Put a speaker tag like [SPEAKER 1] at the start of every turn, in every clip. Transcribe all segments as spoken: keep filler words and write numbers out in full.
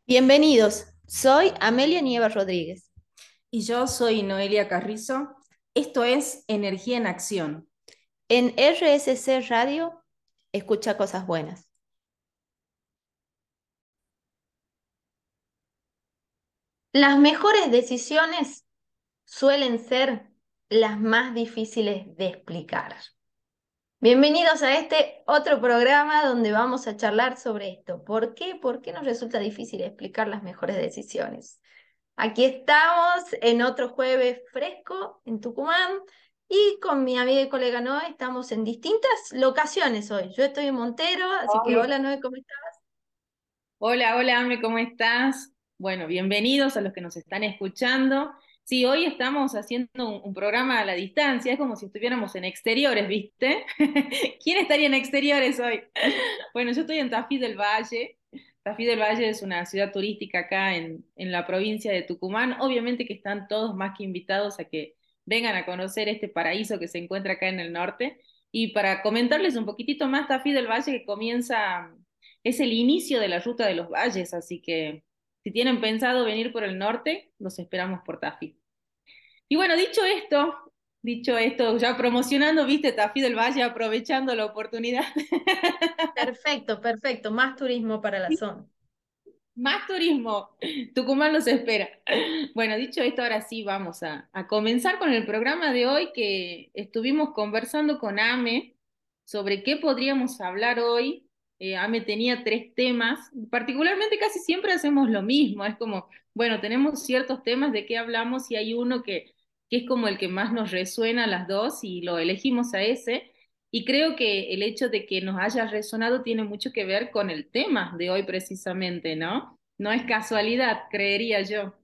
[SPEAKER 1] Bienvenidos, soy Amelia Nieva Rodríguez.
[SPEAKER 2] Y yo soy Noelia Carrizo. Esto es Energía en Acción.
[SPEAKER 1] En R S C Radio, escucha cosas buenas. Las mejores decisiones suelen ser las más difíciles de explicar. Bienvenidos a este otro programa donde vamos a charlar sobre esto. ¿Por qué? ¿Por qué nos resulta difícil explicar las mejores decisiones? Aquí estamos en otro jueves fresco en Tucumán y con mi amiga y colega Noé estamos en distintas locaciones hoy. Yo estoy en Montero, así que
[SPEAKER 2] Hola,
[SPEAKER 1] hola Noé, ¿cómo estás?
[SPEAKER 2] hola, hola, Ame, ¿cómo estás? Bueno, bienvenidos a los que nos están escuchando. Sí, hoy estamos haciendo un, un programa a la distancia, es como si estuviéramos en exteriores, ¿viste? ¿Quién estaría en exteriores hoy? Bueno, yo estoy en Tafí del Valle. Tafí del Valle es una ciudad turística acá en, en la provincia de Tucumán. Obviamente que están todos más que invitados a que vengan a conocer este paraíso que se encuentra acá en el norte. Y para comentarles un poquitito más, Tafí del Valle que comienza, es el inicio de la ruta de los valles, así que si tienen pensado venir por el norte, los esperamos por Tafí. Y bueno, dicho esto, dicho esto, ya promocionando, viste, Tafí del Valle, aprovechando la oportunidad.
[SPEAKER 1] Perfecto, perfecto. Más turismo para la zona.
[SPEAKER 2] Más turismo. Tucumán los espera. Bueno, dicho esto, ahora sí vamos a, a comenzar con el programa de hoy que estuvimos conversando con Ame sobre qué podríamos hablar hoy. Eh, Ame tenía tres temas, particularmente casi siempre hacemos lo mismo, es como, bueno, tenemos ciertos temas de qué hablamos y hay uno que, que es como el que más nos resuena a las dos y lo elegimos a ese. Y creo que el hecho de que nos haya resonado tiene mucho que ver con el tema de hoy precisamente, ¿no? No es casualidad, creería yo.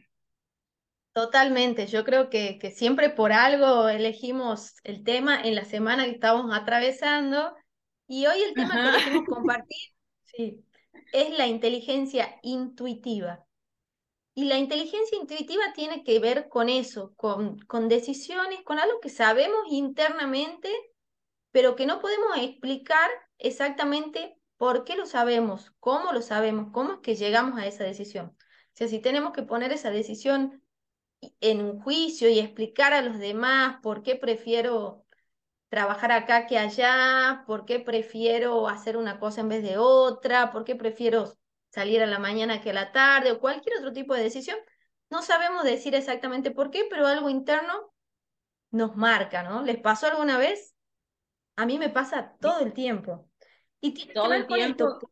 [SPEAKER 1] Totalmente. Yo creo que, que siempre por algo elegimos el tema en la semana que estamos atravesando. Y hoy el tema que
[SPEAKER 2] Ajá.
[SPEAKER 1] elegimos compartir, sí, es la inteligencia intuitiva. Y la inteligencia intuitiva tiene que ver con eso, con, con decisiones, con algo que sabemos internamente, pero que no podemos explicar exactamente por qué lo sabemos, cómo lo sabemos, cómo es que llegamos a esa decisión. O sea, si tenemos que poner esa decisión en un juicio y explicar a los demás por qué prefiero trabajar acá que allá, por qué prefiero hacer una cosa en vez de otra, por qué prefiero salir a la mañana que a la tarde o cualquier otro tipo de decisión. No sabemos decir exactamente por qué, pero algo interno nos marca, ¿no? ¿Les pasó alguna vez? A mí me pasa todo el tiempo. Y tiene que
[SPEAKER 2] Todo
[SPEAKER 1] ver
[SPEAKER 2] el
[SPEAKER 1] con esto.
[SPEAKER 2] tiempo,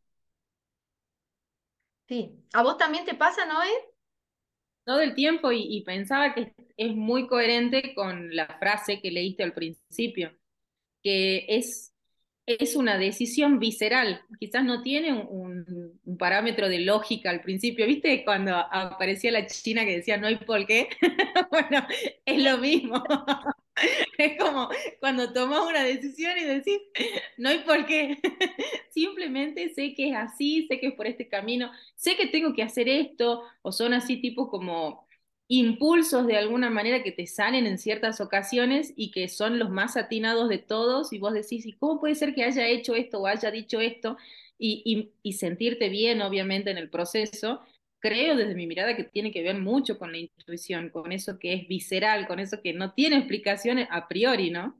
[SPEAKER 1] Sí. ¿A vos también te pasa, Noé?
[SPEAKER 2] todo el tiempo y, y pensaba que es muy coherente con la frase que leíste al principio, que es, es una decisión visceral, quizás no tiene un, un parámetro de lógica al principio, ¿viste? Cuando aparecía la china que decía no hay por qué, bueno, es lo mismo. Es como cuando tomas una decisión y decís, no hay por qué. Simplemente sé que es así, sé que es por este camino, sé que tengo que hacer esto, o son así tipo como impulsos de alguna manera que te salen en ciertas ocasiones y que son los más atinados de todos y vos decís, ¿y cómo puede ser que haya hecho esto o haya dicho esto? Y, y, y sentirte bien, obviamente, en el proceso. Creo desde mi mirada que tiene que ver mucho con la intuición, con eso que es visceral, con eso que no tiene explicaciones a priori, ¿no?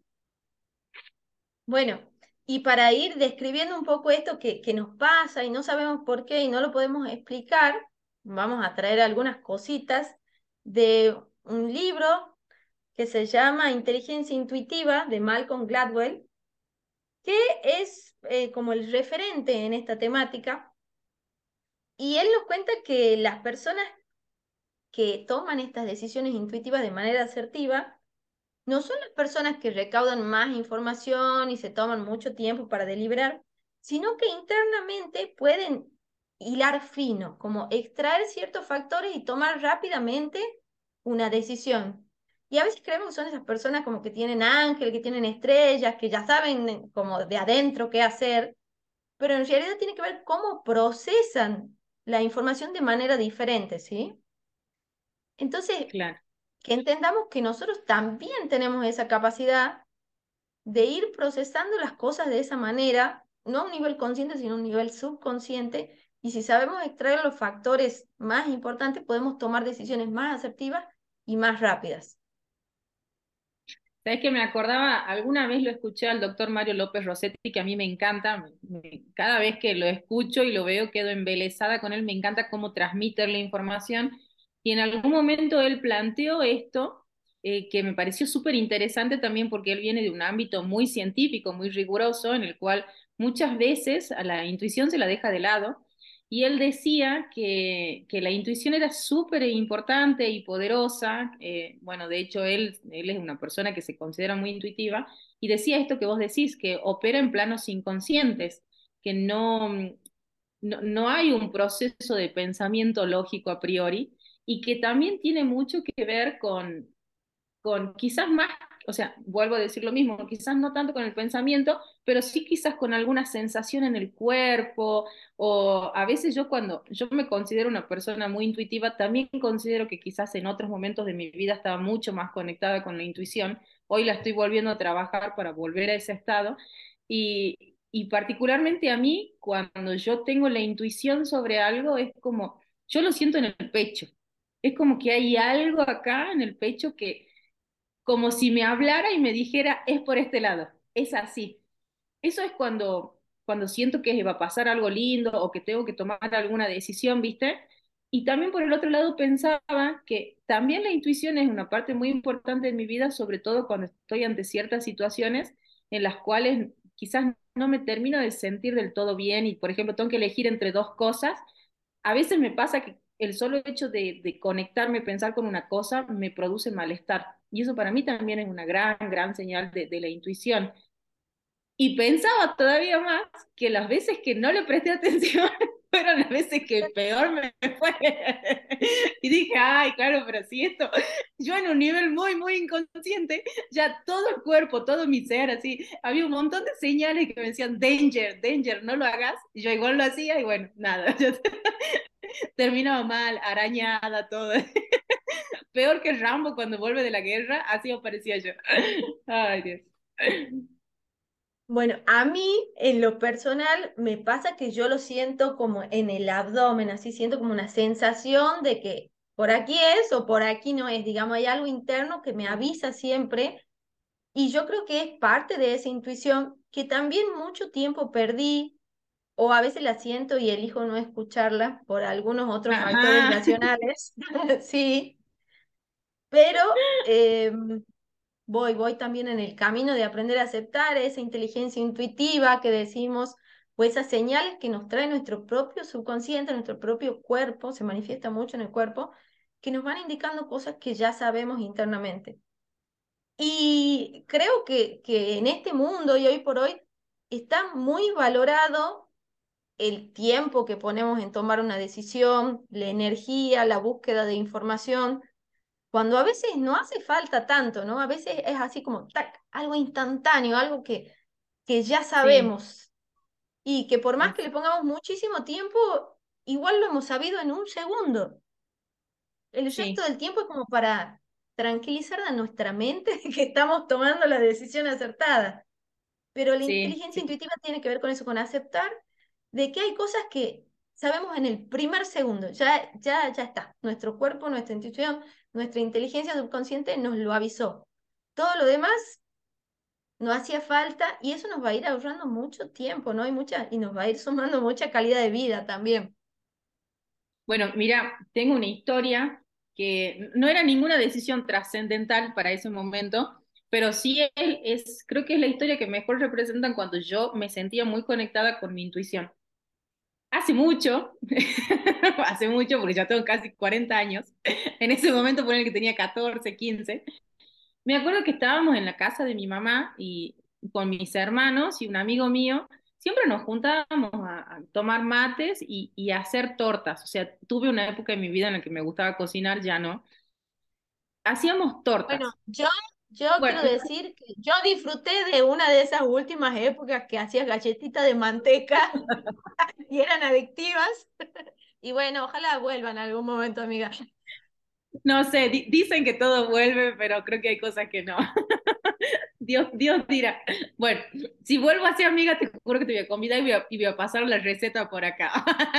[SPEAKER 1] Bueno, y para ir describiendo un poco esto que, que nos pasa y no sabemos por qué y no lo podemos explicar, vamos a traer algunas cositas de un libro que se llama Inteligencia Intuitiva de Malcolm Gladwell, que es eh, como el referente en esta temática. Y él nos cuenta que las personas que toman estas decisiones intuitivas de manera asertiva no son las personas que recaudan más información y se toman mucho tiempo para deliberar, sino que internamente pueden hilar fino, como extraer ciertos factores y tomar rápidamente una decisión. Y a veces creemos que son esas personas como que tienen ángel, que tienen estrellas, que ya saben eh, como de adentro qué hacer, pero en realidad tiene que ver cómo procesan la información de manera diferente, ¿sí? Entonces,
[SPEAKER 2] Claro.
[SPEAKER 1] que entendamos que nosotros también tenemos esa capacidad de ir procesando las cosas de esa manera, no a un nivel consciente, sino a un nivel subconsciente, Y si sabemos extraer los factores más importantes, podemos tomar decisiones más asertivas y más rápidas.
[SPEAKER 2] Sabes que me acordaba, alguna vez lo escuché al doctor Mario López Rossetti, que a mí me encanta, me- me- cada vez que lo escucho y lo veo quedo embelesada con él, me encanta cómo transmite la información. Y en algún momento él planteó esto, eh, que me pareció súper interesante también porque él viene de un ámbito muy científico, muy riguroso, en el cual muchas veces a la intuición se la deja de lado. Y él decía que, que la intuición era súper importante y poderosa. Eh, bueno, de hecho, él, él es una persona que se considera muy intuitiva y decía esto que vos decís, que opera en planos inconscientes, que no, no, no hay un proceso de pensamiento lógico a priori y que también tiene mucho que ver con, con quizás más, o sea, vuelvo a decir lo mismo, quizás no tanto con el pensamiento, pero sí quizás con alguna sensación en el cuerpo, o a veces yo cuando yo me considero una persona muy intuitiva, también considero que quizás en otros momentos de mi vida estaba mucho más conectada con la intuición, hoy la estoy volviendo a trabajar para volver a ese estado, y, y particularmente a mí, cuando yo tengo la intuición sobre algo, es como, yo lo siento en el pecho, es como que hay algo acá en el pecho que como si me hablara y me dijera, es por este lado, es así. Eso es cuando, cuando siento que va a pasar algo lindo o que tengo que tomar alguna decisión, ¿viste? Y también por el otro lado pensaba que también la intuición es una parte muy importante de mi vida, sobre todo cuando estoy ante ciertas situaciones en las cuales quizás no me termino de sentir del todo bien y, por ejemplo, tengo que elegir entre dos cosas. A veces me pasa que el solo hecho de, de conectarme, pensar con una cosa, me produce malestar. Y eso para mí también es una gran, gran señal de, de la intuición. Y pensaba todavía más que las veces que no le presté atención fueron las veces que peor me fue. Y dije, ay, claro, pero si esto, yo en un nivel muy, muy inconsciente, ya todo el cuerpo, todo mi ser, así, había un montón de señales que me decían, danger, danger, no lo hagas. Y yo igual lo hacía y bueno, nada, yo terminaba mal, arañada, todo. Peor que Rambo cuando vuelve de la guerra, así aparecía yo. Ay, Dios.
[SPEAKER 1] Bueno, a mí en lo personal me pasa que yo lo siento como en el abdomen, así siento como una sensación de que por aquí es o por aquí no es, digamos, hay algo interno que me avisa siempre y yo creo que es parte de esa intuición que también mucho tiempo perdí o a veces la siento y elijo no escucharla por algunos otros factores
[SPEAKER 2] Ajá.
[SPEAKER 1] racionales, sí, pero em, voy, voy también en el camino de aprender a aceptar esa inteligencia intuitiva que decimos, o esas señales que nos trae nuestro propio subconsciente, nuestro propio cuerpo, se manifiesta mucho en el cuerpo, que nos van indicando cosas que ya sabemos internamente. Y creo que, que en este mundo y hoy por hoy está muy valorado el tiempo que ponemos en tomar una decisión, la energía, la búsqueda de información cuando a veces no hace falta tanto, ¿no? A veces es así como tac, algo instantáneo, algo que, que ya
[SPEAKER 2] Sí,
[SPEAKER 1] sabemos y que por más que le
[SPEAKER 2] es-
[SPEAKER 1] pongamos muchísimo tiempo, igual lo hemos sabido en un segundo. El resto
[SPEAKER 2] sí,
[SPEAKER 1] del tiempo es como para tranquilizar a nuestra mente de que estamos tomando la decisión acertada. Pero la
[SPEAKER 2] sí,
[SPEAKER 1] inteligencia
[SPEAKER 2] sí,
[SPEAKER 1] intuitiva tiene que ver con eso, con aceptar de que hay cosas que sabemos en el primer segundo, ya, ya, ya está. Nuestro cuerpo, nuestra intuición, nuestra inteligencia subconsciente nos lo avisó. Todo lo demás no hacía falta y eso nos va a ir ahorrando mucho tiempo, ¿no? Y, mucha, y nos va a ir sumando mucha calidad de vida también.
[SPEAKER 2] Bueno, mira, tengo una historia que no era ninguna decisión trascendental para ese momento, pero sí es, es- creo que es la historia que mejor representan cuando yo me sentía muy conectada con mi intuición. Hace mucho, hace mucho, porque ya tengo casi cuarenta años, en ese momento por el que tenía catorce, quince. Me acuerdo que estábamos en la casa de mi mamá y con mis hermanos y un amigo mío, siempre nos juntábamos a, a tomar mates y, y a hacer tortas. O sea, tuve una época en mi vida en la que me gustaba cocinar, ya no. Hacíamos
[SPEAKER 1] Bueno,
[SPEAKER 2] tortas.
[SPEAKER 1] yo, yo quiero
[SPEAKER 2] Bueno,
[SPEAKER 1] decir que yo disfruté de una de esas últimas épocas que hacías galletitas de manteca y eran adictivas. Y bueno, ojalá vuelvan en algún momento, amiga.
[SPEAKER 2] no sé, di- dicen que todo vuelve, pero creo que hay cosas que no. Dios, Dios dirá. Bueno, si vuelvo a ser amiga, te juro que te voy a convidar y voy a, y voy a pasar la receta por acá.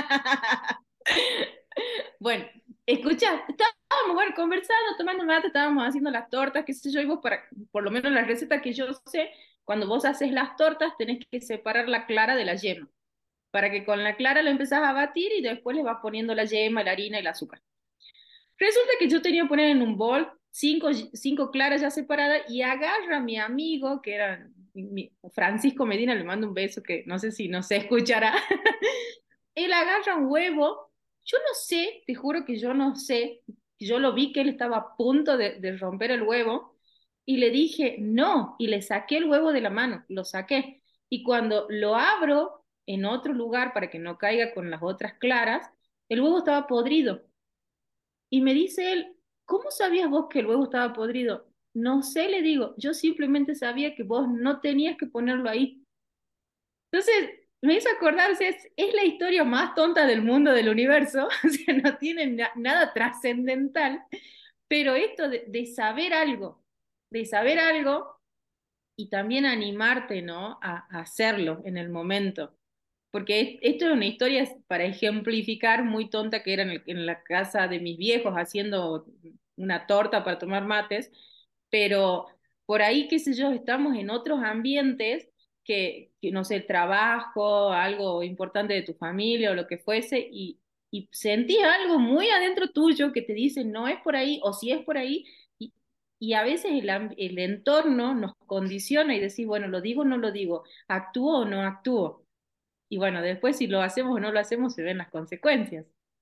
[SPEAKER 2] Bueno, escucha, estábamos, bueno, conversando, tomando mate, estábamos haciendo las tortas, qué sé yo, y vos para, por lo menos la receta que yo sé, cuando vos haces las tortas tenés que separar la clara de la yema, para que con la clara lo empezás a batir y después le vas poniendo la yema, la harina y el azúcar. Resulta que yo tenía que poner en un bol cinco, cinco claras ya separadas y agarra a mi amigo, que era mi, Francisco Medina, le mando un beso que no sé si no se escuchará. Él agarra un huevo, yo no sé, te juro que yo no sé, yo lo vi que él estaba a punto de, de romper el huevo y le dije no, y le saqué el huevo de la mano, lo saqué. Y cuando lo abro en otro lugar para que no caiga con las otras claras, el huevo estaba podrido. Y me dice él, ¿cómo sabías vos que el huevo estaba podrido? No sé, le digo, yo simplemente sabía que vos no tenías que ponerlo ahí. Entonces, me hizo acordar, o sea, es, es la historia más tonta del mundo, del universo, o sea, no tiene na- nada trascendental, pero esto de, de saber algo, de saber algo y también animarte, ¿no? A, a hacerlo en el momento. Porque es- esto es una historia para ejemplificar muy tonta que era en, el- en la casa de mis viejos haciendo una torta para tomar mates, pero por ahí, qué sé yo, estamos en otros ambientes que, que no sé, trabajo, algo importante de tu familia o lo que fuese, y, y sentís algo muy adentro tuyo que te dice no es por ahí o si es por ahí, y, y a veces el, am- el entorno nos condiciona y decís, bueno, lo digo o no lo digo, actúo o no actúo. Y bueno, después si lo hacemos o no lo hacemos se ven las consecuencias.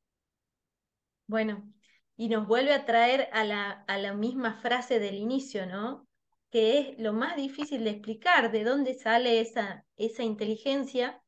[SPEAKER 1] Bueno, y nos vuelve a traer a la, a la misma frase del inicio, ¿no? Que es lo más difícil de explicar, de dónde sale esa, esa inteligencia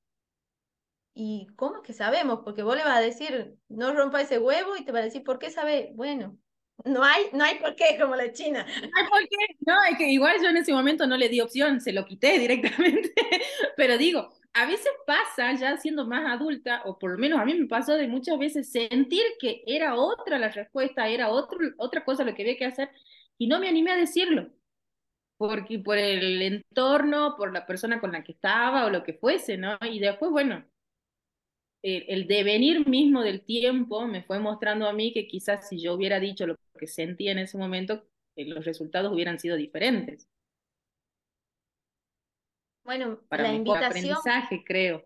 [SPEAKER 1] y cómo es que sabemos, porque vos le vas a decir, no rompa ese huevo y te va a decir, ¿por qué sabe? Bueno, no hay, no hay por qué, como la China.
[SPEAKER 2] Ay, ¿por qué? No, es que igual yo en ese momento no le di opción, se lo quité directamente. Pero digo, a veces pasa, ya siendo más adulta, o por lo menos a mí me pasó de muchas veces sentir que era otra la respuesta, era otro, otra cosa lo que había que hacer, y no me animé a decirlo, porque por el entorno, por la persona con la que estaba o lo que fuese, ¿no? Y después, bueno, el, el devenir mismo del tiempo me fue mostrando a mí que quizás si yo hubiera dicho lo que sentía en ese momento, eh, los resultados hubieran sido diferentes,
[SPEAKER 1] Bueno,
[SPEAKER 2] para
[SPEAKER 1] la
[SPEAKER 2] mejor
[SPEAKER 1] invitación,
[SPEAKER 2] aprendizaje, creo.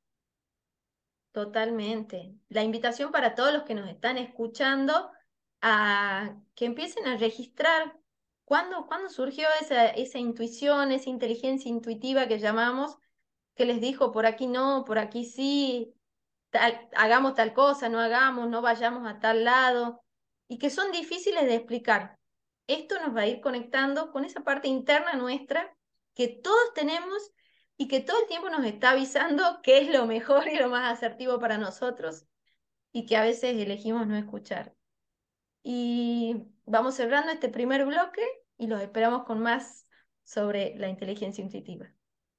[SPEAKER 1] totalmente, la invitación para todos los que nos están escuchando a que empiecen a registrar cuándo, cuándo surgió esa, esa intuición, esa inteligencia intuitiva que llamamos, que les dijo por aquí no, por aquí sí, tal- hagamos tal cosa, no hagamos, no vayamos a tal lado, y que son difíciles de explicar. Esto nos va a ir conectando con esa parte interna nuestra que todos tenemos y que todo el tiempo nos está avisando qué es lo mejor y lo más asertivo para nosotros y que a veces elegimos no escuchar. Y vamos cerrando este primer bloque y los esperamos con más sobre la inteligencia intuitiva.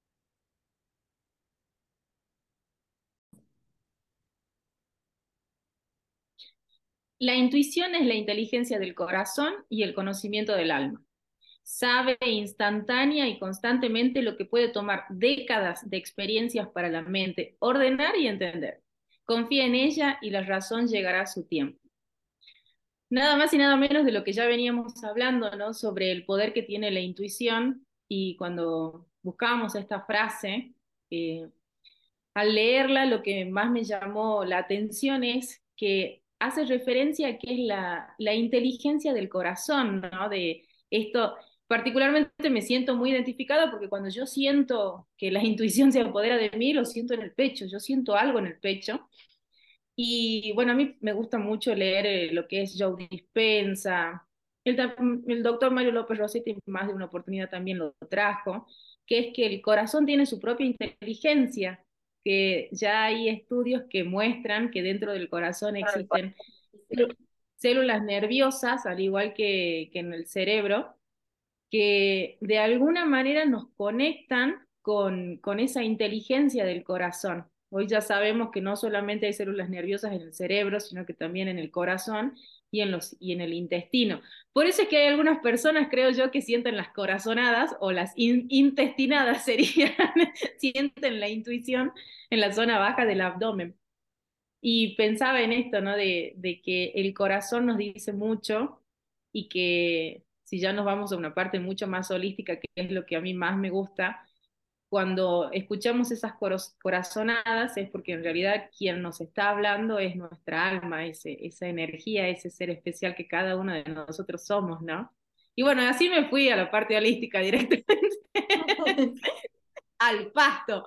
[SPEAKER 2] La intuición es la inteligencia del corazón y el conocimiento del alma. Sabe instantánea y constantemente lo que puede tomar décadas de experiencias para la mente ordenar y entender. Confía en ella y la razón llegará a su tiempo. Nada más y nada menos de lo que ya veníamos hablando, ¿no? Sobre el poder que tiene la intuición, y cuando buscábamos esta frase, eh, al leerla lo que más me llamó la atención es que hace referencia a que es la, la inteligencia del corazón, ¿no? De esto, particularmente me siento muy identificada porque cuando yo siento que la intuición se apodera de mí, lo siento en el pecho, yo siento algo en el pecho. Y bueno, a mí me gusta mucho leer eh, lo que es Joe Dispenza. El, el doctor Mario López Rossetti más de una oportunidad también lo trajo, que es que el corazón tiene su propia inteligencia, que ya hay estudios que muestran que dentro del corazón existen células nerviosas, al igual que, que en el cerebro, que de alguna manera nos conectan con, con esa inteligencia del corazón. Hoy ya sabemos que no solamente hay células nerviosas en el cerebro, sino que también en el corazón y en, los, y en el intestino. Por eso es que hay algunas personas, creo yo, que sienten las corazonadas o las in, intestinadas serían, sienten la intuición en la zona baja del abdomen. Y pensaba en esto, ¿no? De, de que el corazón nos dice mucho y que si ya nos vamos a una parte mucho más holística, que es lo que a mí más me gusta, cuando escuchamos esas corazonadas es porque en realidad quien nos está hablando es nuestra alma, ese, esa energía, ese ser especial que cada uno de nosotros somos, ¿no? Y bueno, así me fui a la parte holística directamente, al pasto.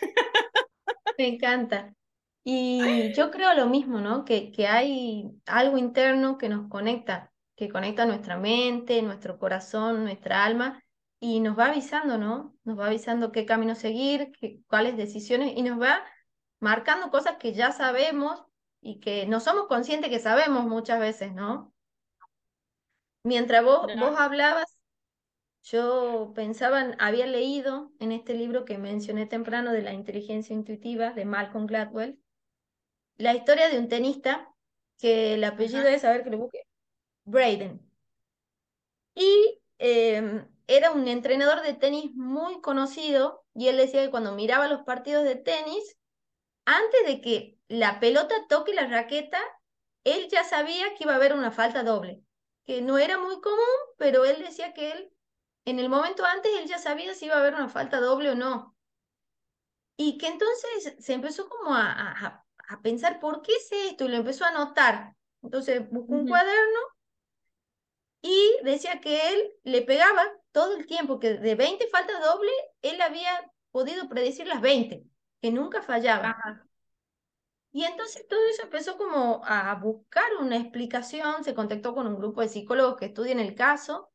[SPEAKER 1] Me encanta. Y yo creo lo mismo, ¿no? Que, que hay algo interno que nos conecta, que conecta nuestra mente, nuestro corazón, nuestra alma, y nos va avisando, ¿no? Nos va avisando qué camino seguir, qué, cuáles decisiones, y nos va marcando cosas que ya sabemos y que no somos conscientes que sabemos muchas veces, ¿no? Mientras vos,
[SPEAKER 2] ¿No?
[SPEAKER 1] vos hablabas, yo pensaba, en- había leído en este libro que mencioné temprano de la inteligencia intuitiva de Malcolm Gladwell, la historia de un tenista que el apellido
[SPEAKER 2] Ajá,
[SPEAKER 1] es, a ver que lo busque, Braden. Y eh, era un entrenador de tenis muy conocido y él decía que cuando miraba los partidos de tenis, antes de que la pelota toque la raqueta, él ya sabía que iba a haber una falta doble, que no era muy común, pero él decía que él, en el momento antes, él ya sabía si iba a haber una falta doble o no. Y que entonces se empezó como a, a, a pensar, ¿por qué es esto? Y lo empezó a anotar. Entonces buscó un
[SPEAKER 2] ujú,
[SPEAKER 1] cuaderno y decía que él le pegaba todo el tiempo, que de veinte faltas doble, él había podido predecir las veinte, que nunca fallaba.
[SPEAKER 2] ajá,
[SPEAKER 1] Y entonces todo eso empezó como a buscar una explicación, se contactó con un grupo de psicólogos que estudian el caso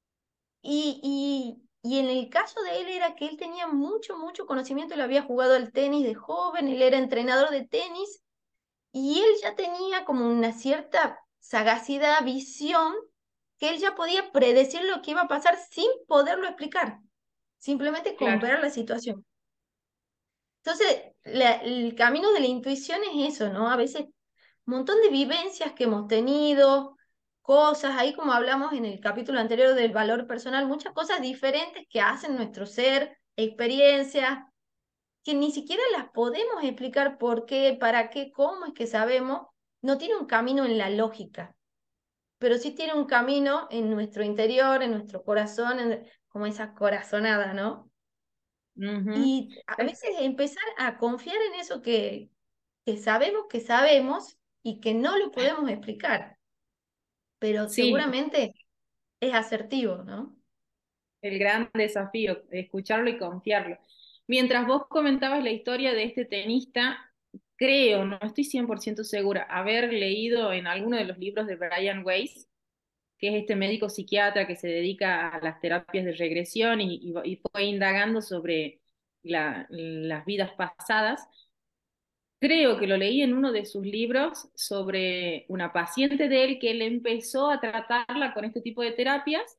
[SPEAKER 1] y, y, y en el caso de él era que él tenía mucho, mucho conocimiento, él había jugado al tenis de joven, él era entrenador de tenis y él ya tenía como una cierta sagacidad, visión, que él ya podía predecir lo que iba a pasar sin poderlo explicar, simplemente con
[SPEAKER 2] claro.
[SPEAKER 1] ver la situación. Entonces, la- el camino de la intuición es eso, ¿no? A veces un montón de vivencias que hemos tenido, cosas, ahí como hablamos en el capítulo anterior del valor personal, muchas cosas diferentes que hacen nuestro ser, experiencias, que ni siquiera las podemos explicar por qué, para qué, cómo es que sabemos, no tiene un camino en la lógica, pero sí tiene un camino en nuestro interior, en nuestro corazón, en- como esa corazonada, ¿no?
[SPEAKER 2] Ujú.
[SPEAKER 1] Y a veces empezar a confiar en eso que, que sabemos que sabemos y que no lo podemos explicar, pero
[SPEAKER 2] Sí,
[SPEAKER 1] seguramente es asertivo, ¿no?
[SPEAKER 2] el gran desafío, escucharlo y confiarlo. Mientras vos comentabas la historia de este tenista, creo, no estoy cien por ciento segura, haber leído en alguno de los libros de Brian Weiss, que es este médico psiquiatra que se dedica a las terapias de regresión y, y, y fue indagando sobre la, las vidas pasadas. Creo que lo leí en uno de sus libros sobre una paciente de él que él empezó a tratarla con este tipo de terapias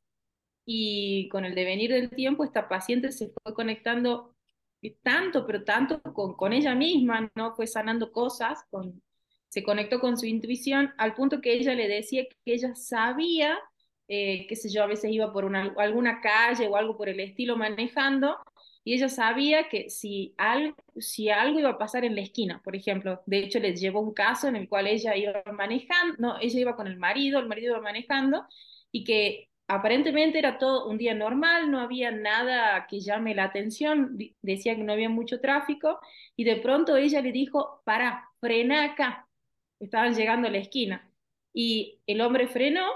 [SPEAKER 2] y con el devenir del tiempo esta paciente se fue conectando tanto, pero tanto con, con ella misma, ¿no? Fue sanando cosas, con, se conectó con su intuición al punto que ella le decía que ella sabía, eh, qué sé yo, a veces iba por una, alguna calle o algo por el estilo manejando y ella sabía que si algo, si algo iba a pasar en la esquina, por ejemplo, de hecho les llevó un caso en el cual ella iba manejando, no, ella iba con el marido, el marido iba manejando y que aparentemente era todo un día normal, no había nada que llame la atención, decía que no había mucho tráfico y de pronto ella le dijo, para, frena acá, estaban llegando a la esquina y el hombre frenó,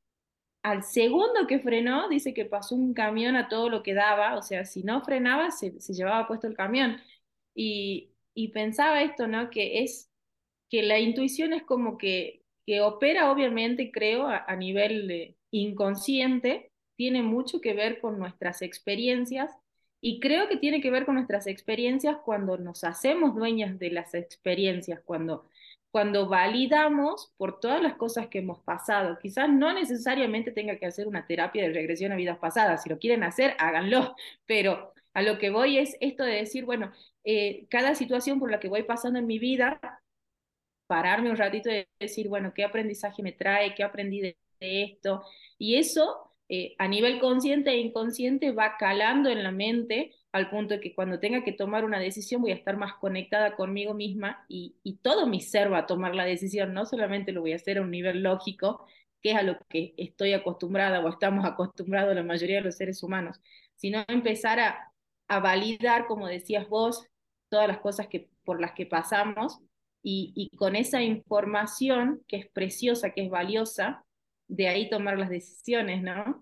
[SPEAKER 2] al segundo que frenó dice que pasó un camión a todo lo que daba, o sea, si no frenaba se, se llevaba puesto el camión y, y pensaba esto, ¿no? Que es que la intuición es como que, que opera, obviamente, creo, a, a nivel eh, inconsciente, tiene mucho que ver con nuestras experiencias y creo que tiene que ver con nuestras experiencias cuando nos hacemos dueñas de las experiencias, cuando, cuando validamos por todas las cosas que hemos pasado. Quizás no necesariamente tenga que hacer una terapia de regresión a vidas pasadas, si lo quieren hacer, háganlo, pero A lo que voy es esto de decir, bueno, eh, cada situación por la que voy pasando en mi vida, pararme un ratito y decir, bueno, ¿qué aprendizaje me trae? ¿Qué aprendí de, de esto? Y eso, eh, a nivel consciente e inconsciente, va calando en la mente al punto de que cuando tenga que tomar una decisión voy a estar más conectada conmigo misma y, y todo mi ser va a tomar la decisión, no solamente lo voy a hacer a un nivel lógico, que es a lo que estoy acostumbrada o estamos acostumbrados la mayoría de los seres humanos, sino empezar a, a validar, como decías vos, todas las cosas que, por las que pasamos y, y con esa información que es preciosa, que es valiosa, de ahí tomar las decisiones, ¿no?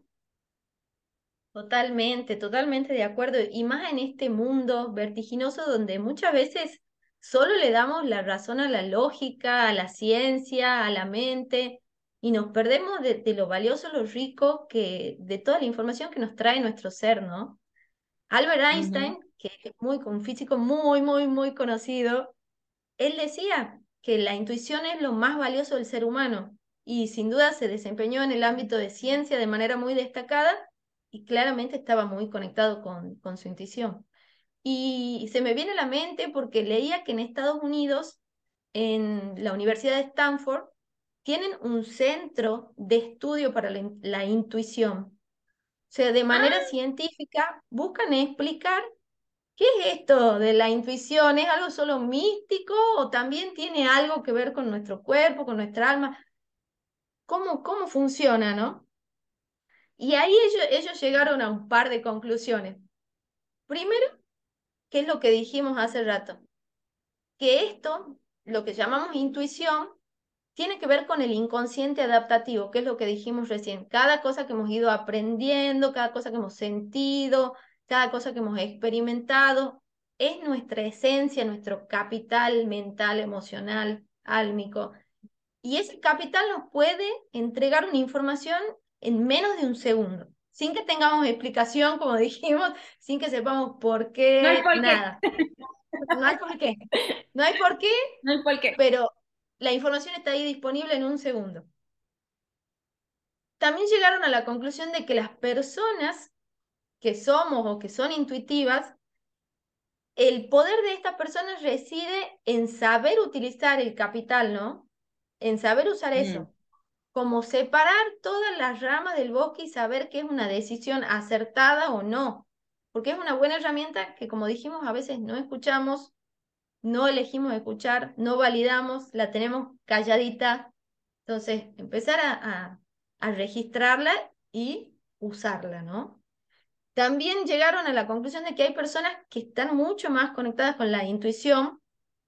[SPEAKER 1] Totalmente, totalmente de acuerdo. Y más en este mundo vertiginoso donde muchas veces solo le damos la razón a la lógica, a la ciencia, a la mente, y nos perdemos de, de lo valioso, lo rico que, de toda la información que nos trae nuestro ser, ¿no? Albert
[SPEAKER 2] Ujú.
[SPEAKER 1] Einstein, que es muy, un físico muy, muy, muy conocido, él decía que la intuición es lo más valioso del ser humano y sin duda se desempeñó en el ámbito de ciencia de manera muy destacada y claramente estaba muy conectado con, con su intuición. Y se me viene a la mente porque leía que en Estados Unidos, en la Universidad de Stanford, tienen un centro de estudio para la, in- la intuición. O sea, de manera
[SPEAKER 2] Ah,
[SPEAKER 1] científica buscan explicar ¿qué es esto de la intuición? ¿Es algo solo místico o también tiene algo que ver con nuestro cuerpo, con nuestra alma? ¿Cómo, cómo funciona, no? Y ahí ellos, ellos llegaron a un par de conclusiones. Primero, ¿qué es lo que dijimos hace rato? Que esto, lo que llamamos intuición, tiene que ver con el inconsciente adaptativo, que es lo que dijimos recién. Cada cosa que hemos ido aprendiendo, cada cosa que hemos sentido, cada cosa que hemos experimentado, es nuestra esencia, nuestro capital mental, emocional, álmico. Y ese capital nos puede entregar una información en menos de un segundo, sin que tengamos explicación, como dijimos, sin que sepamos por
[SPEAKER 2] no hay
[SPEAKER 1] qué,
[SPEAKER 2] por qué,
[SPEAKER 1] nada. No hay por qué. No hay por qué,
[SPEAKER 2] no hay por qué.
[SPEAKER 1] pero la información está ahí disponible en un segundo. También llegaron a la conclusión de que las personas que somos o que son intuitivas, el poder de estas personas reside en saber utilizar el capital, ¿no? En saber usar
[SPEAKER 2] Mm.
[SPEAKER 1] eso, como separar todas las ramas del bosque y saber qué es una decisión acertada o no, porque es una buena herramienta que, como dijimos, a veces no escuchamos, no elegimos escuchar, no validamos, la tenemos calladita. Entonces, empezar a, a, a registrarla y usarla, ¿no? También llegaron a la conclusión de que hay personas que están mucho más conectadas con la intuición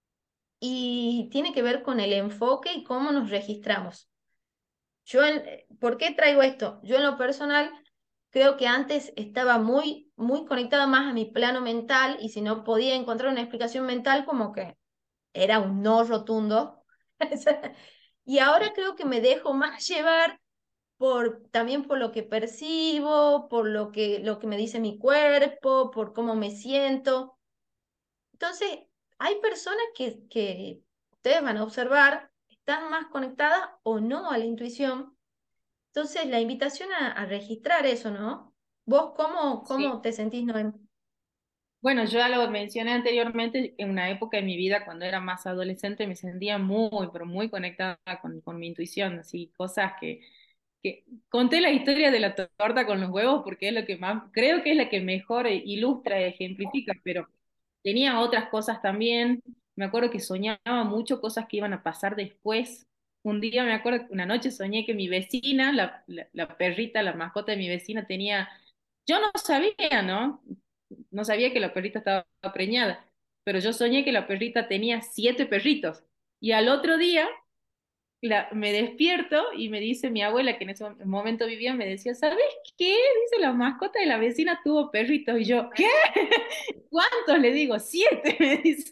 [SPEAKER 1] y tiene que ver con el enfoque y cómo nos registramos. Yo, en- ¿por qué traigo esto? Yo en lo personal creo que antes estaba muy, muy conectada más a mi plano mental y si no podía encontrar una explicación mental como que era un no rotundo. Y ahora creo que me dejo más llevar por, también por lo que percibo, por lo que, lo que me dice mi cuerpo, por cómo me siento. Entonces, hay personas que, que ustedes van a observar, están más conectadas o no a la intuición. Entonces, la invitación a, a registrar eso, ¿no? ¿Vos cómo,
[SPEAKER 2] Sí.
[SPEAKER 1] cómo te sentís, Noem?
[SPEAKER 2] Bueno, yo ya lo mencioné anteriormente, en una época de mi vida, cuando era más adolescente, me sentía muy, pero muy conectada con, con mi intuición, así, cosas que, que... Conté la historia de la torta con los huevos porque es lo que más, creo que es la que mejor ilustra, ejemplifica, pero tenía otras cosas también. Me acuerdo que soñaba mucho cosas que iban a pasar después. Un día me acuerdo que una noche soñé que mi vecina, la, la, la perrita, la mascota de mi vecina tenía, yo no sabía, ¿no? No sabía que la perrita estaba preñada, pero yo soñé que la perrita tenía siete perritos. Y al otro día la- me despierto y me dice mi abuela, que en ese momento vivía, me decía, ¿sabes qué? Dice, la mascota de la vecina tuvo perritos. Y yo, ¿qué? ¿Cuántos? Le digo, siete, me dice.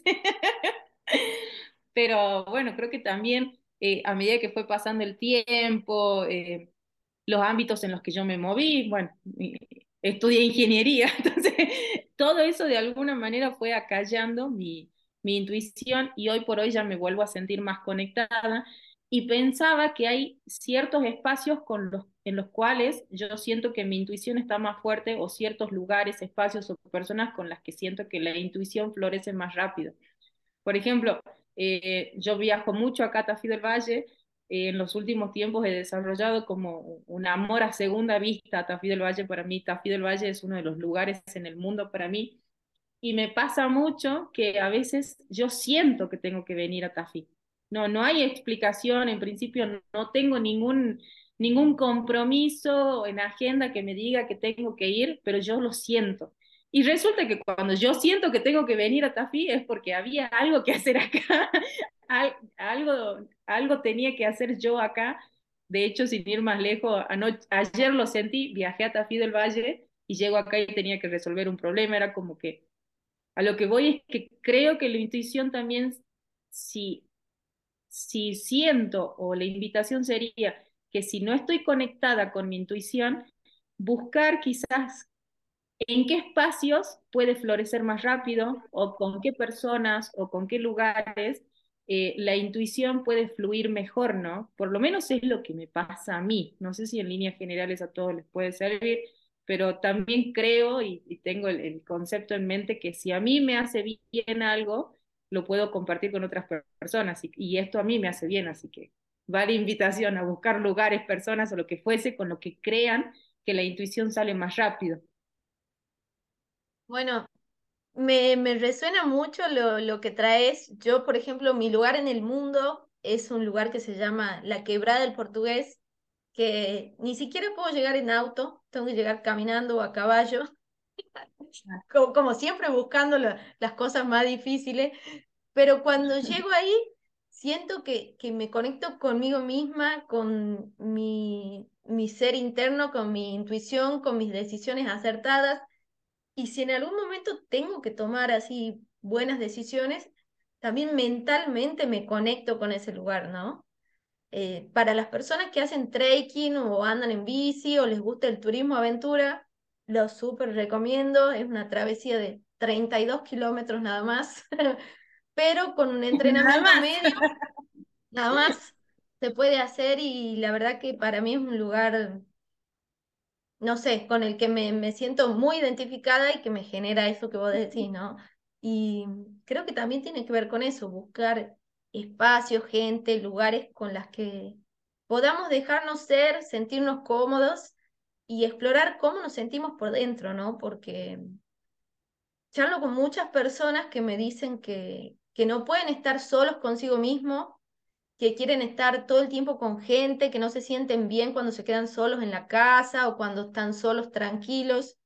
[SPEAKER 2] Pero bueno, creo que también eh, a medida que fue pasando el tiempo, eh, los ámbitos en los que yo me moví, bueno, eh, estudié ingeniería, entonces todo eso de alguna manera fue acallando mi, mi intuición y hoy por hoy ya me vuelvo a sentir más conectada y pensaba que hay ciertos espacios con los, en los cuales yo siento que mi intuición está más fuerte o ciertos lugares, espacios o personas con las que siento que la intuición florece más rápido. Por ejemplo, eh, yo viajo mucho acá a Tafí del Valle. Eh, en los últimos tiempos he desarrollado como un amor a segunda vista a Tafí del Valle. Para mí, Tafí del Valle es uno de los lugares en el mundo para mí. Y me pasa mucho que a veces yo siento que tengo que venir a Tafí. No, no hay explicación, en principio no, no tengo ningún, ningún compromiso en agenda que me diga que tengo que ir, pero yo lo siento. Y resulta que cuando yo siento que tengo que venir a Tafí es porque había algo que hacer acá, Al, algo, algo tenía que hacer yo acá. De hecho, sin ir más lejos, anoche, ayer lo sentí, viajé a Tafí del Valle y llego acá y tenía que resolver un problema. Era como que a lo que voy es que creo que la intuición también, si, si siento, o la invitación sería que si no estoy conectada con mi intuición, buscar quizás en qué espacios puede florecer más rápido, o con qué personas, o con qué lugares eh, la intuición puede fluir mejor, ¿no? Por lo menos es lo que me pasa a mí. No sé si en líneas generales a todos les puede servir, pero también creo y, y tengo el, el, concepto en mente que si a mí me hace bien algo, lo puedo compartir con otras personas y, y esto a mí me hace bien, así que va la invitación a buscar lugares, personas o lo que fuese con lo que crean que la intuición sale más rápido.
[SPEAKER 1] Bueno, me, me resuena mucho lo, lo que traes. Yo, por ejemplo, mi lugar en el mundo es un lugar que se llama La Quebrada del Portugués, que ni siquiera puedo llegar en auto, tengo que llegar caminando o a caballo, como, como siempre buscando la- las cosas más difíciles, pero cuando llego ahí, siento que, que me conecto conmigo misma, con mi, mi ser interno, con mi intuición, con mis decisiones acertadas. Y si en algún momento tengo que tomar así buenas decisiones, también mentalmente me conecto con ese lugar, ¿no? Eh, para las personas que hacen trekking o andan en bici o les gusta el turismo aventura, lo súper recomiendo. Es una travesía de treinta y dos kilómetros nada más, pero con un
[SPEAKER 2] Nada
[SPEAKER 1] entrenamiento
[SPEAKER 2] más.
[SPEAKER 1] medio, nada más se puede hacer y la verdad que para mí es un lugar, no sé, con el que me, me siento muy identificada y que me genera eso que vos decís, ¿no? Y creo que también tiene que ver con eso, buscar espacios, gente, lugares con las que podamos dejarnos ser, sentirnos cómodos y explorar cómo nos sentimos por dentro, ¿no? Porque charlo con muchas personas que me dicen que, que no pueden estar solos consigo mismos, que quieren estar todo el tiempo con gente, que no se sienten bien cuando se quedan solos en la casa o cuando están solos tranquilos.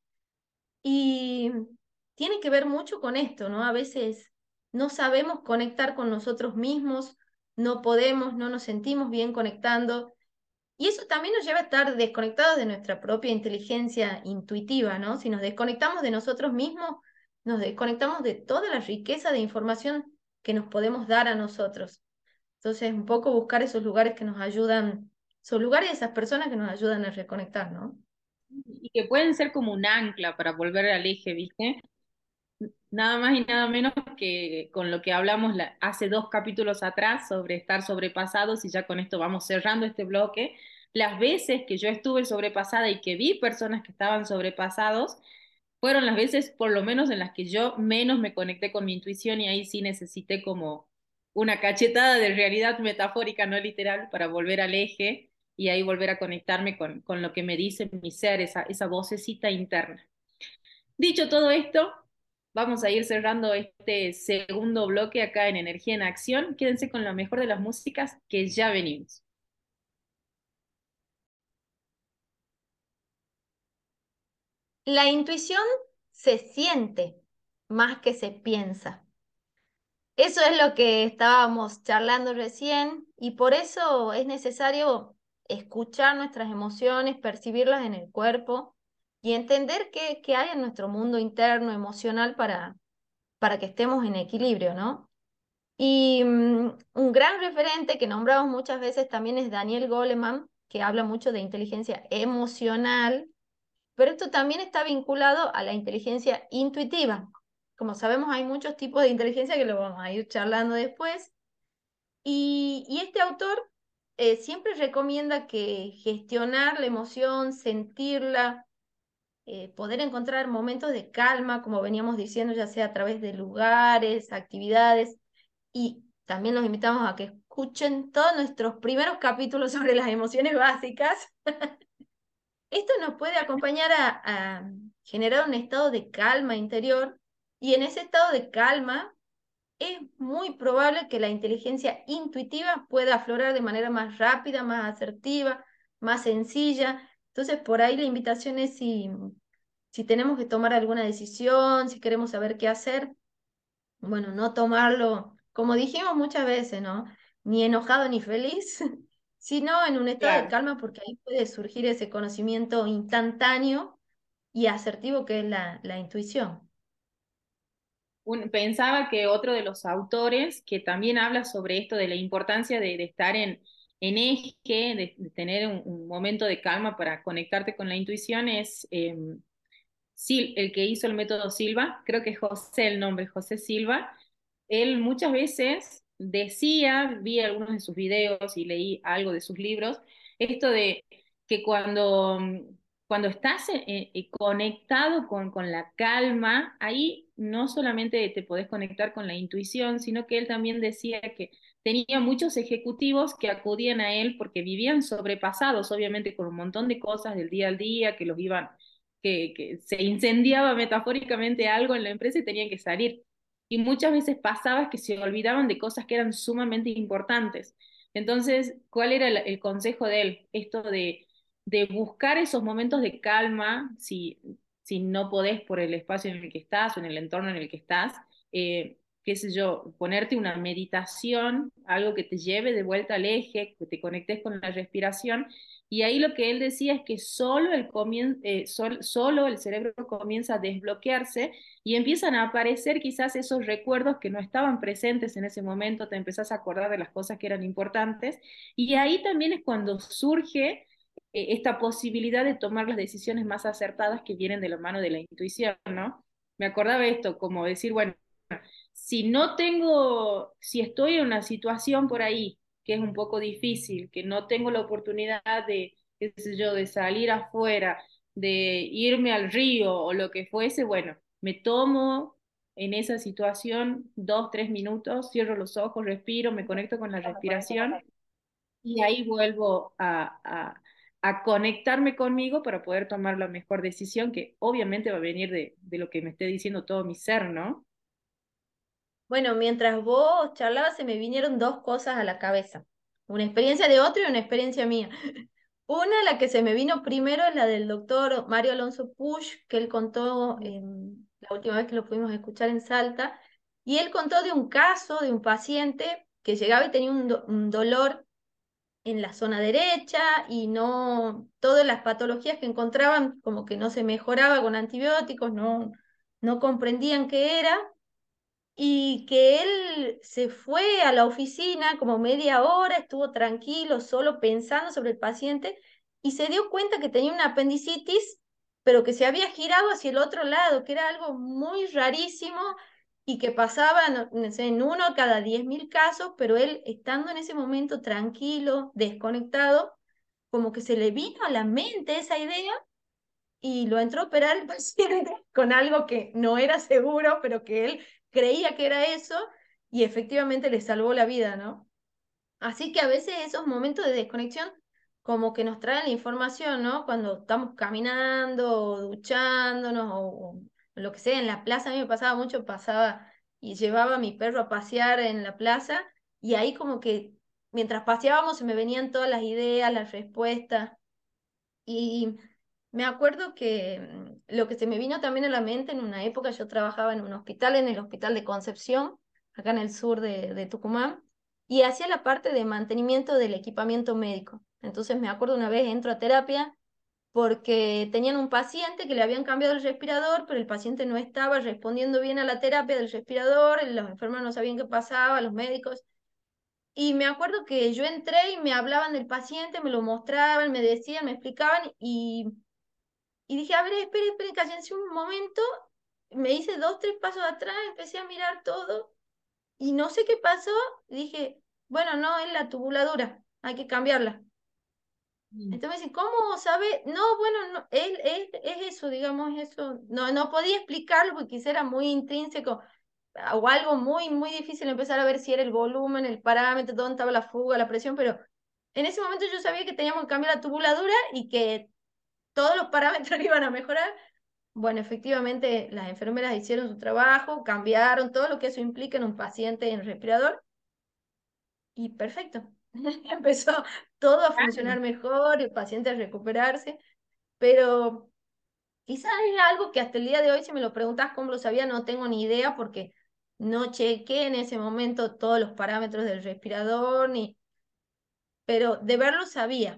[SPEAKER 1] Y tiene que ver mucho con esto, ¿no? A veces no sabemos conectar con nosotros mismos, no podemos, no nos sentimos bien conectando. Y eso también nos lleva a estar desconectados de nuestra propia inteligencia intuitiva, ¿no? Si nos desconectamos de nosotros mismos, nos desconectamos de toda la riqueza de información que nos podemos dar a nosotros. Entonces, un poco buscar esos lugares que nos ayudan, esos lugares y esas personas que nos ayudan a reconectar, ¿no?
[SPEAKER 2] Y que pueden ser como un ancla para volver al eje, ¿viste? Nada más y nada menos que con lo que hablamos la- hace dos capítulos atrás sobre estar sobrepasados, y ya con esto vamos cerrando este bloque. Las veces que yo estuve sobrepasada y que vi personas que estaban sobrepasados, fueron las veces por lo menos en las que yo menos me conecté con mi intuición, y ahí sí necesité como una cachetada de realidad metafórica, no literal, para volver al eje y ahí volver a conectarme con, con lo que me dice mi ser, esa, esa vocecita interna. Dicho todo esto, vamos a ir cerrando este segundo bloque acá en Energía en Acción. Quédense con lo mejor de las músicas que ya venimos.
[SPEAKER 1] La intuición se siente más que se piensa. Eso es lo que estábamos charlando recién y por eso es necesario escuchar nuestras emociones, percibirlas en el cuerpo y entender qué, qué hay en nuestro mundo interno emocional para, para que estemos en equilibrio, ¿no? Y mm, un gran referente que nombramos muchas veces también es Daniel Goleman, que habla mucho de inteligencia emocional, pero esto también está vinculado a la inteligencia intuitiva. Como sabemos, hay muchos tipos de inteligencia que lo vamos a ir charlando después. Y, y este autor eh, siempre recomienda que gestionar la emoción, sentirla, eh, poder encontrar momentos de calma, como veníamos diciendo, ya sea a través de lugares, actividades, y también los invitamos a que escuchen todos nuestros primeros capítulos sobre las emociones básicas. Esto nos puede acompañar a, a generar un estado de calma interior, y en ese estado de calma es muy probable que la inteligencia intuitiva pueda aflorar de manera más rápida, más asertiva, más sencilla. Entonces, por ahí la invitación es si, si tenemos que tomar alguna decisión, si queremos saber qué hacer, bueno, no tomarlo, como dijimos muchas veces, ¿no? Ni enojado ni feliz, sino en un estado de
[SPEAKER 2] Claro.
[SPEAKER 1] calma, porque ahí puede surgir ese conocimiento instantáneo y asertivo que es la, la intuición.
[SPEAKER 2] Un- pensaba que otro de los autores que también habla sobre esto de la importancia de, de estar en, en eje, de, de tener un, un momento de calma para conectarte con la intuición es eh, Sil- el que hizo el método Silva, creo que es José el nombre, José Silva. Él muchas veces decía, vi algunos de sus videos y leí algo de sus libros, esto de que cuando, cuando estás eh, eh, conectado con, con la calma, ahí no solamente te podés conectar con la intuición, sino que él también decía que tenía muchos ejecutivos que acudían a él porque vivían sobrepasados, obviamente, con un montón de cosas del día al día que los iban que, que se incendiaba metafóricamente algo en la empresa y tenían que salir. Y muchas veces pasaba que se olvidaban de cosas que eran sumamente importantes. Entonces, ¿cuál era el, el consejo de él? Esto de, de buscar esos momentos de calma, si, si no podés por el espacio en el que estás o en el entorno en el que estás, eh, qué sé yo, ponerte una meditación, algo que te lleve de vuelta al eje, que te conectes con la respiración y ahí lo que él decía es que solo el, comien eh, sol solo el cerebro comienza a desbloquearse y empiezan a aparecer quizás esos recuerdos que no estaban presentes en ese momento, te empezás a acordar de las cosas que eran importantes y ahí también es cuando surge eh, esta posibilidad de tomar las decisiones más acertadas que vienen de la mano de la intuición, ¿no? Me acordaba esto, como decir, bueno, si no tengo, si estoy en una situación por ahí que es un poco difícil, que no tengo la oportunidad de, qué sé yo, de salir afuera, de irme al río o lo que fuese, bueno, me tomo en esa situación dos, tres minutos, cierro los ojos, respiro, me conecto con la respiración y ahí vuelvo a, a, a conectarme conmigo para poder tomar la mejor decisión, que obviamente va a venir de, de lo que me esté diciendo todo mi ser, ¿no?
[SPEAKER 1] Bueno, mientras vos charlabas se me vinieron dos cosas a la cabeza. Una experiencia de otro y una experiencia mía. Una, la que se me vino primero, es la del doctor Mario Alonso Puig, que él contó eh, la última vez que lo pudimos escuchar en Salta, y él contó de un caso de un paciente que llegaba y tenía un, do- un dolor en la zona derecha y no, todas las patologías que encontraban como que no se mejoraba con antibióticos, no, no comprendían qué era y que él se fue a la oficina como media hora, estuvo tranquilo, solo pensando sobre el paciente y se dio cuenta que tenía una apendicitis, pero que se había girado hacia el otro lado, que era algo muy rarísimo y que pasaba, no, no sé, en uno cada diez mil casos, pero él estando en ese momento tranquilo, desconectado, como que se le vino a la mente esa idea y lo entró a operar el paciente con algo que no era seguro, pero que él creía que era eso y efectivamente le salvó la vida, ¿no? Así que a veces esos momentos de desconexión como que nos traen la información, ¿no? Cuando estamos caminando o duchándonos o, o lo que sea, en la plaza, a mí me pasaba mucho, pasaba y llevaba a mi perro a pasear en la plaza y ahí como que mientras paseábamos se me venían todas las ideas, las respuestas. Y me acuerdo que mm, lo que se me vino también a la mente en una época, yo trabajaba en un hospital, en el Hospital de Concepción, acá en el sur de, de Tucumán, y hacía la parte de mantenimiento del equipamiento médico. Entonces me acuerdo una vez entro a terapia porque tenían un paciente que le habían cambiado el respirador, pero el paciente no estaba respondiendo bien a la terapia del respirador, los enfermos no sabían qué pasaba, los médicos. Y me acuerdo que yo entré y me hablaban del paciente, me lo mostraban, me decían, me explicaban y, y dije, a ver, espere, espere, cállense un momento. Me hice dos, tres pasos atrás, empecé a mirar todo y no sé qué pasó. Dije, bueno, no, es la tubuladura. hay que cambiarla.
[SPEAKER 2] Mm.
[SPEAKER 1] Entonces me dicen, ¿cómo sabe? No, bueno, no, él, él, es eso, digamos, eso. No, no podía explicarlo porque quizá era muy intrínseco o algo muy, muy difícil empezar a ver si era el volumen, el parámetro, dónde estaba la fuga, la presión, pero en ese momento yo sabía que teníamos que cambiar la tubuladura y que todos los parámetros iban a mejorar. Bueno, efectivamente las enfermeras hicieron su trabajo, cambiaron todo lo que eso implica en un paciente en respirador y perfecto. Empezó todo a funcionar
[SPEAKER 2] Claro.
[SPEAKER 1] mejor, el paciente a recuperarse, pero quizás es algo que hasta el día de hoy, si me lo preguntas cómo lo sabía, no tengo ni idea porque no chequé en ese momento todos los parámetros del respirador, ni, pero de verlo sabía.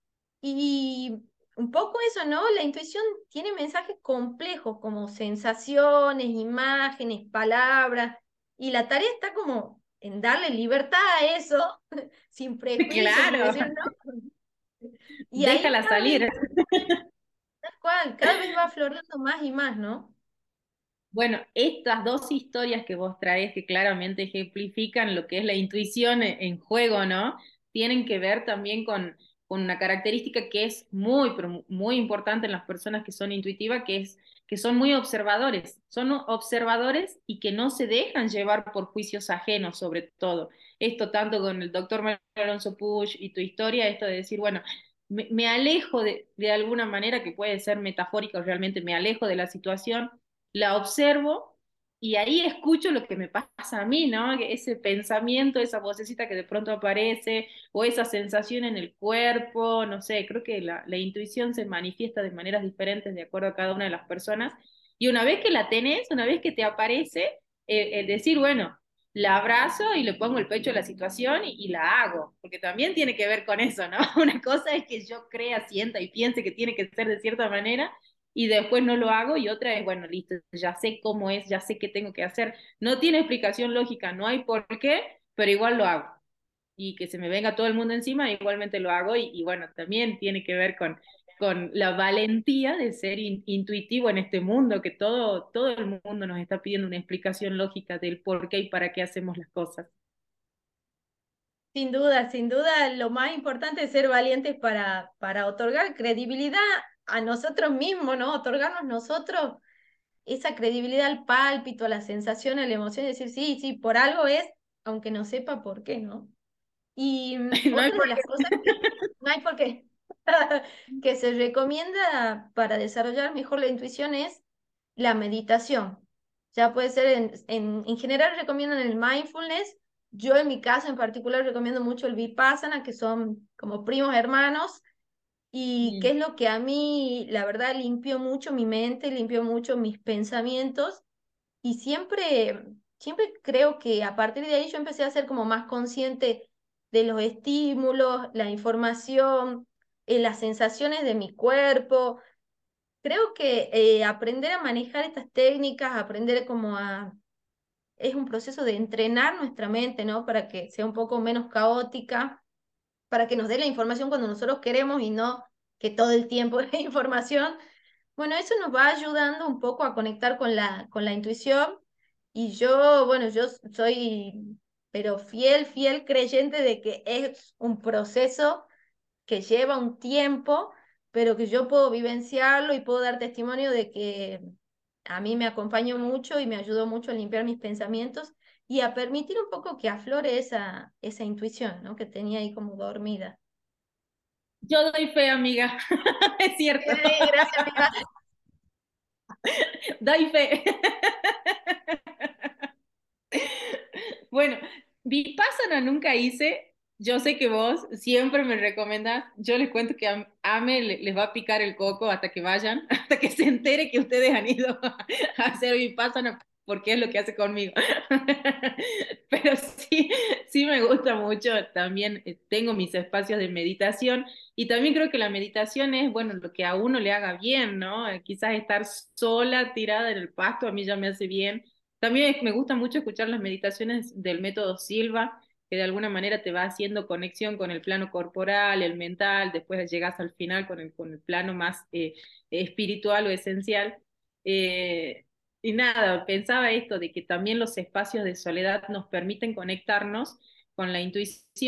[SPEAKER 1] Y un poco eso, ¿no? La intuición tiene mensajes complejos como sensaciones, imágenes, palabras, y la tarea está como en darle libertad a eso, sin prejuicios, sin
[SPEAKER 2] Claro,
[SPEAKER 1] decir no. Y ahí
[SPEAKER 2] déjala
[SPEAKER 1] cada vez,
[SPEAKER 2] salir.
[SPEAKER 1] tal cual, cada vez va aflorando más y más, ¿no?
[SPEAKER 2] Bueno, estas dos historias que vos traes, que claramente ejemplifican lo que es la intuición en en juego, ¿no? Tienen que ver también con, con una característica que es muy, pero muy importante en las personas que son intuitivas, que es que son muy observadores. Son observadores y que no se dejan llevar por juicios ajenos, sobre todo. Esto tanto con el doctor Mario Alonso Puig y tu historia, esto de decir, bueno, me, me alejo de, de alguna manera, que puede ser metafórica o realmente me alejo de la situación, la observo y ahí escucho lo que me pasa a mí, ¿no? Ese pensamiento, esa vocecita que de pronto aparece, o esa sensación en el cuerpo, no sé, creo que la, la intuición se manifiesta de maneras diferentes de acuerdo a cada una de las personas. Y una vez que la tenés, una vez que te aparece, eh, eh, decir, bueno, la abrazo y le pongo el pecho a la situación y, y la hago, porque también tiene que ver con eso, ¿no? Una cosa es que yo crea, sienta y piense que tiene que ser de cierta manera, y después no lo hago, y otra es, bueno, listo, ya sé cómo es, ya sé qué tengo que hacer. No tiene explicación lógica, no hay por qué, pero igual lo hago. Y que se me venga todo el mundo encima, igualmente lo hago, y, y bueno, también tiene que ver con, con la valentía de ser in, intuitivo en este mundo, que todo, todo el mundo nos está pidiendo una explicación lógica del por qué y para qué hacemos las cosas.
[SPEAKER 1] Sin duda, sin duda, lo más importante es ser valientes para, para otorgar credibilidad a nosotros mismos, ¿no? Otorgarnos nosotros esa credibilidad al pálpito, a la sensación, a la emoción, y decir, sí, sí, por algo es, aunque no sepa por qué, ¿no? Y mm,
[SPEAKER 2] No hay
[SPEAKER 1] otra de
[SPEAKER 2] por
[SPEAKER 1] las
[SPEAKER 2] qué.
[SPEAKER 1] cosas que no hay por qué, que se recomienda para desarrollar mejor la intuición es la meditación. Ya puede ser, en, en, en general recomiendan el mindfulness. Yo en mi caso en particular recomiendo mucho el Vipassana, que son como primos hermanos, y que
[SPEAKER 2] Mm.
[SPEAKER 1] es lo que a mí, la verdad, limpió mucho mi mente, limpió mucho mis pensamientos, y siempre, siempre creo que a partir de ahí yo empecé a ser como más consciente de los estímulos, la información, eh, las sensaciones de mi cuerpo. Creo que eh, aprender a manejar estas técnicas, aprender como a... Es un proceso de entrenar nuestra mente, ¿no? Para que sea un poco menos caótica, para que nos dé la información cuando nosotros queremos y no que todo el tiempo dé información. Bueno, eso nos va ayudando un poco a conectar con la, con la intuición. Y yo, bueno, yo soy, pero fiel, fiel creyente de que es un proceso que lleva un tiempo, pero que yo puedo vivenciarlo y puedo dar testimonio de que a mí me acompañó mucho y me ayudó mucho a limpiar mis pensamientos y a permitir un poco que aflore esa, esa intuición, ¿no? Que tenía ahí como dormida.
[SPEAKER 2] Yo doy fe, amiga, es cierto,
[SPEAKER 1] Eh, gracias, amiga.
[SPEAKER 2] doy fe. Bueno, Vipassana nunca hice. Yo sé que vos siempre me recomendás. Yo les cuento que a Ame le- les va a picar el coco hasta que vayan, hasta que se entere que ustedes han ido a hacer Vipassana, porque es lo que hace conmigo. Pero sí, sí me gusta mucho. También eh, tengo mis espacios de meditación, y también creo que la meditación es, bueno, lo que a uno le haga bien, ¿no? Eh, Quizás estar sola, tirada en el pasto, a mí ya me hace bien. También me gusta mucho escuchar las meditaciones del método Silva, que de alguna manera te va haciendo conexión con el plano corporal, el mental, después llegas al final con el, con el plano más eh, espiritual o esencial. Eh, y nada, pensaba esto de que también los espacios de soledad nos permiten conectarnos con la intuición,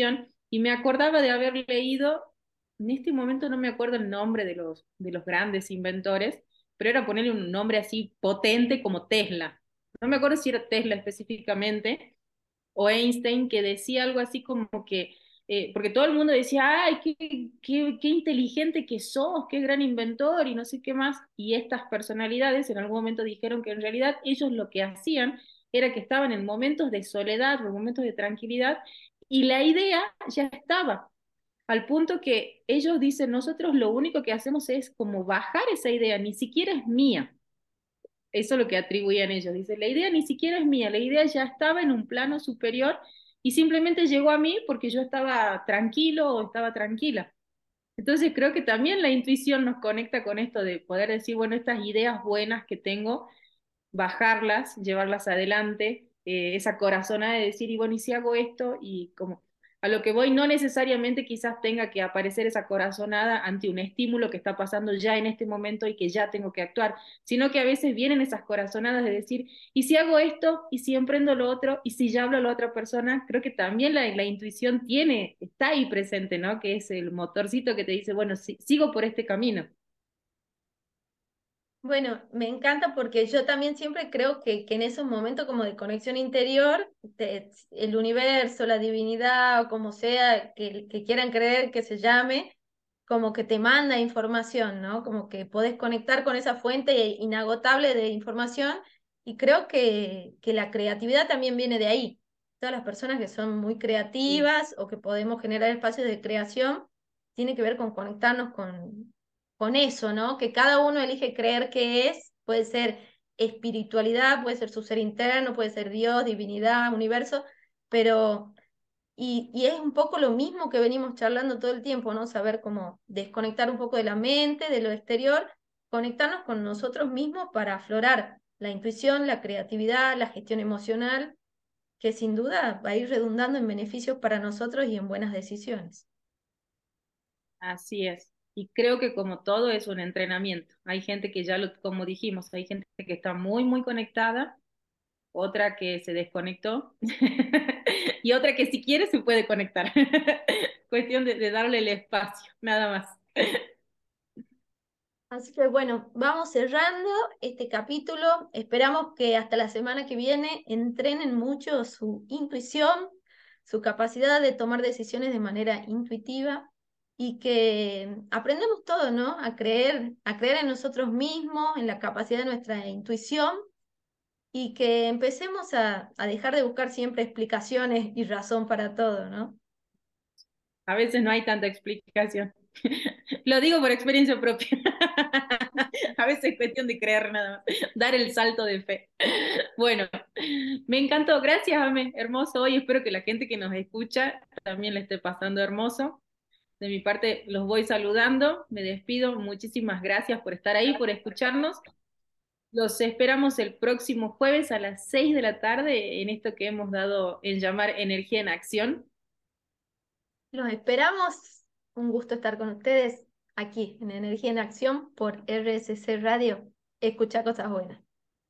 [SPEAKER 2] y me acordaba de haber leído, en este momento no me acuerdo el nombre de los, de los grandes inventores, pero era ponerle un nombre así potente como Tesla. No me acuerdo si era Tesla específicamente, o Einstein, que decía algo así como que, eh, porque todo el mundo decía, ay, qué, qué, qué inteligente que sos, qué gran inventor y no sé qué más, y estas personalidades en algún momento dijeron que en realidad ellos lo que hacían era que estaban en momentos de soledad, en momentos de tranquilidad, y la idea ya estaba, al punto que ellos dicen, nosotros lo único que hacemos es como bajar esa idea, ni siquiera es mía. Eso es lo que atribuían ellos. Dice, la idea ni siquiera es mía, la idea ya estaba en un plano superior y simplemente llegó a mí porque yo estaba tranquilo o estaba tranquila. Entonces creo que también la intuición nos conecta con esto de poder decir, bueno, estas ideas buenas que tengo, bajarlas, llevarlas adelante, eh, esa corazonada de decir, y bueno, ¿y si hago esto? Y como a lo que voy, no necesariamente quizás tenga que aparecer esa corazonada ante un estímulo que está pasando ya en este momento y que ya tengo que actuar, sino que a veces vienen esas corazonadas de decir, ¿y si hago esto? ¿Y si emprendo lo otro? ¿Y si ya hablo a la otra persona? Creo que también la, la intuición tiene, está ahí presente, ¿no? Que es el motorcito que te dice, bueno, si, sigo por este camino.
[SPEAKER 1] Bueno, me encanta porque yo también siempre creo que, que en esos momentos como de conexión interior, te- el universo, la divinidad o como sea que, que quieran creer que se llame, como que te manda información, ¿no? Como que podés conectar con esa fuente inagotable de información y creo que, que la creatividad también viene de ahí. Todas las personas que son muy
[SPEAKER 2] Sí.
[SPEAKER 1] creativas o que podemos generar espacios de creación, tiene que ver con conectarnos con con eso, ¿no? Que cada uno elige creer que es, puede ser espiritualidad, puede ser su ser interno, puede ser Dios, divinidad, universo, pero, y, y es un poco lo mismo que venimos charlando todo el tiempo, ¿no? Saber cómo desconectar un poco de la mente, de lo exterior, conectarnos con nosotros mismos para aflorar la intuición, la creatividad, la gestión emocional, que sin duda va a ir redundando en beneficios para nosotros y en buenas decisiones.
[SPEAKER 2] Así es. Y creo que como todo es un entrenamiento. Hay gente que ya lo, como dijimos, hay gente que está muy, muy conectada, otra que se desconectó y otra que si quiere se puede conectar. Cuestión de, de darle el espacio, nada más.
[SPEAKER 1] Así que bueno, vamos cerrando este capítulo. Esperamos que hasta la semana que viene entrenen mucho su intuición, su capacidad de tomar decisiones de manera intuitiva y que aprendamos todo, ¿no? A creer, a creer en nosotros mismos, en la capacidad de nuestra intuición y que empecemos a, a dejar de buscar siempre explicaciones y razón para todo, ¿no?
[SPEAKER 2] A veces no hay tanta explicación. Lo digo por experiencia propia. A veces es cuestión de creer nada más, dar el salto de fe. Bueno, me encantó. Gracias, Ame. Hermoso hoy. Espero que la gente que nos escucha también le esté pasando hermoso. De mi parte, los voy saludando. Me despido. Muchísimas gracias por estar ahí, por escucharnos. Los esperamos el próximo jueves a las seis de la tarde en esto que hemos dado en llamar Energía en Acción.
[SPEAKER 1] Los esperamos. Un gusto estar con ustedes aquí en Energía en Acción por R S C Radio. Escucha cosas buenas.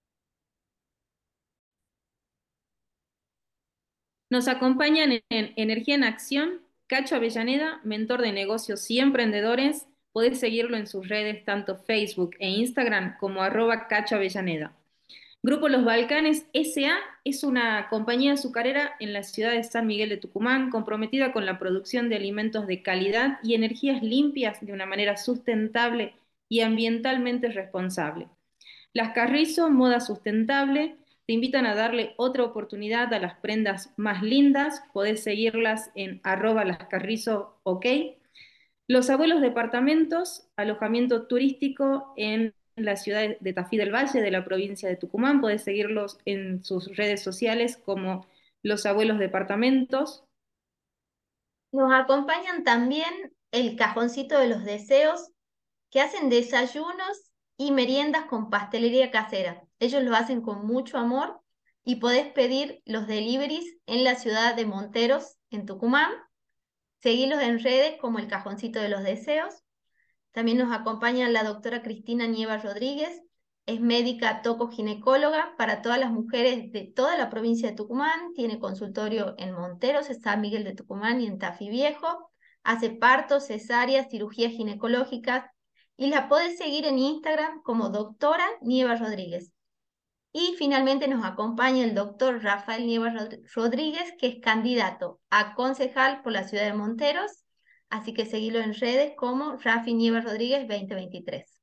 [SPEAKER 2] Nos acompañan en, en Energía en Acción, Cacho Avellaneda, mentor de negocios y emprendedores. Podés seguirlo en sus redes, tanto Facebook e Instagram, como arroba Cacho Avellaneda. Grupo Los Balcanes S A es una compañía azucarera en la ciudad de San Miguel de Tucumán, comprometida con la producción de alimentos de calidad y energías limpias de una manera sustentable y ambientalmente responsable. Las Carrizo, moda sustentable, te invitan a darle otra oportunidad a las prendas más lindas. Podés seguirlas en arroba lascarrizo, ok. Los Abuelos Departamentos, alojamiento turístico en la ciudad de Tafí del Valle, de la provincia de Tucumán. Podés seguirlos en sus redes sociales como Los Abuelos Departamentos.
[SPEAKER 1] Nos acompañan también el Cajoncito de los Deseos, que hacen desayunos y meriendas con pastelería casera. Ellos lo hacen con mucho amor y podés pedir los deliveries en la ciudad de Monteros, en Tucumán. Seguilos en redes como el Cajoncito de los Deseos. También nos acompaña la doctora Cristina Nieva Rodríguez, Es médica tocoginecóloga para todas las mujeres de toda la provincia de Tucumán. Tiene consultorio en Monteros, en San Miguel de Tucumán y en Tafí Viejo. Hace partos, cesáreas, cirugías ginecológicas. Y la podés seguir en Instagram como doctora Nieva Rodríguez. Y finalmente nos acompaña el doctor Rafael Nieva Rodríguez, que es candidato a concejal por la ciudad de Monteros. Así que seguilo en redes como Rafi Nieva Rodríguez veinte veintitrés.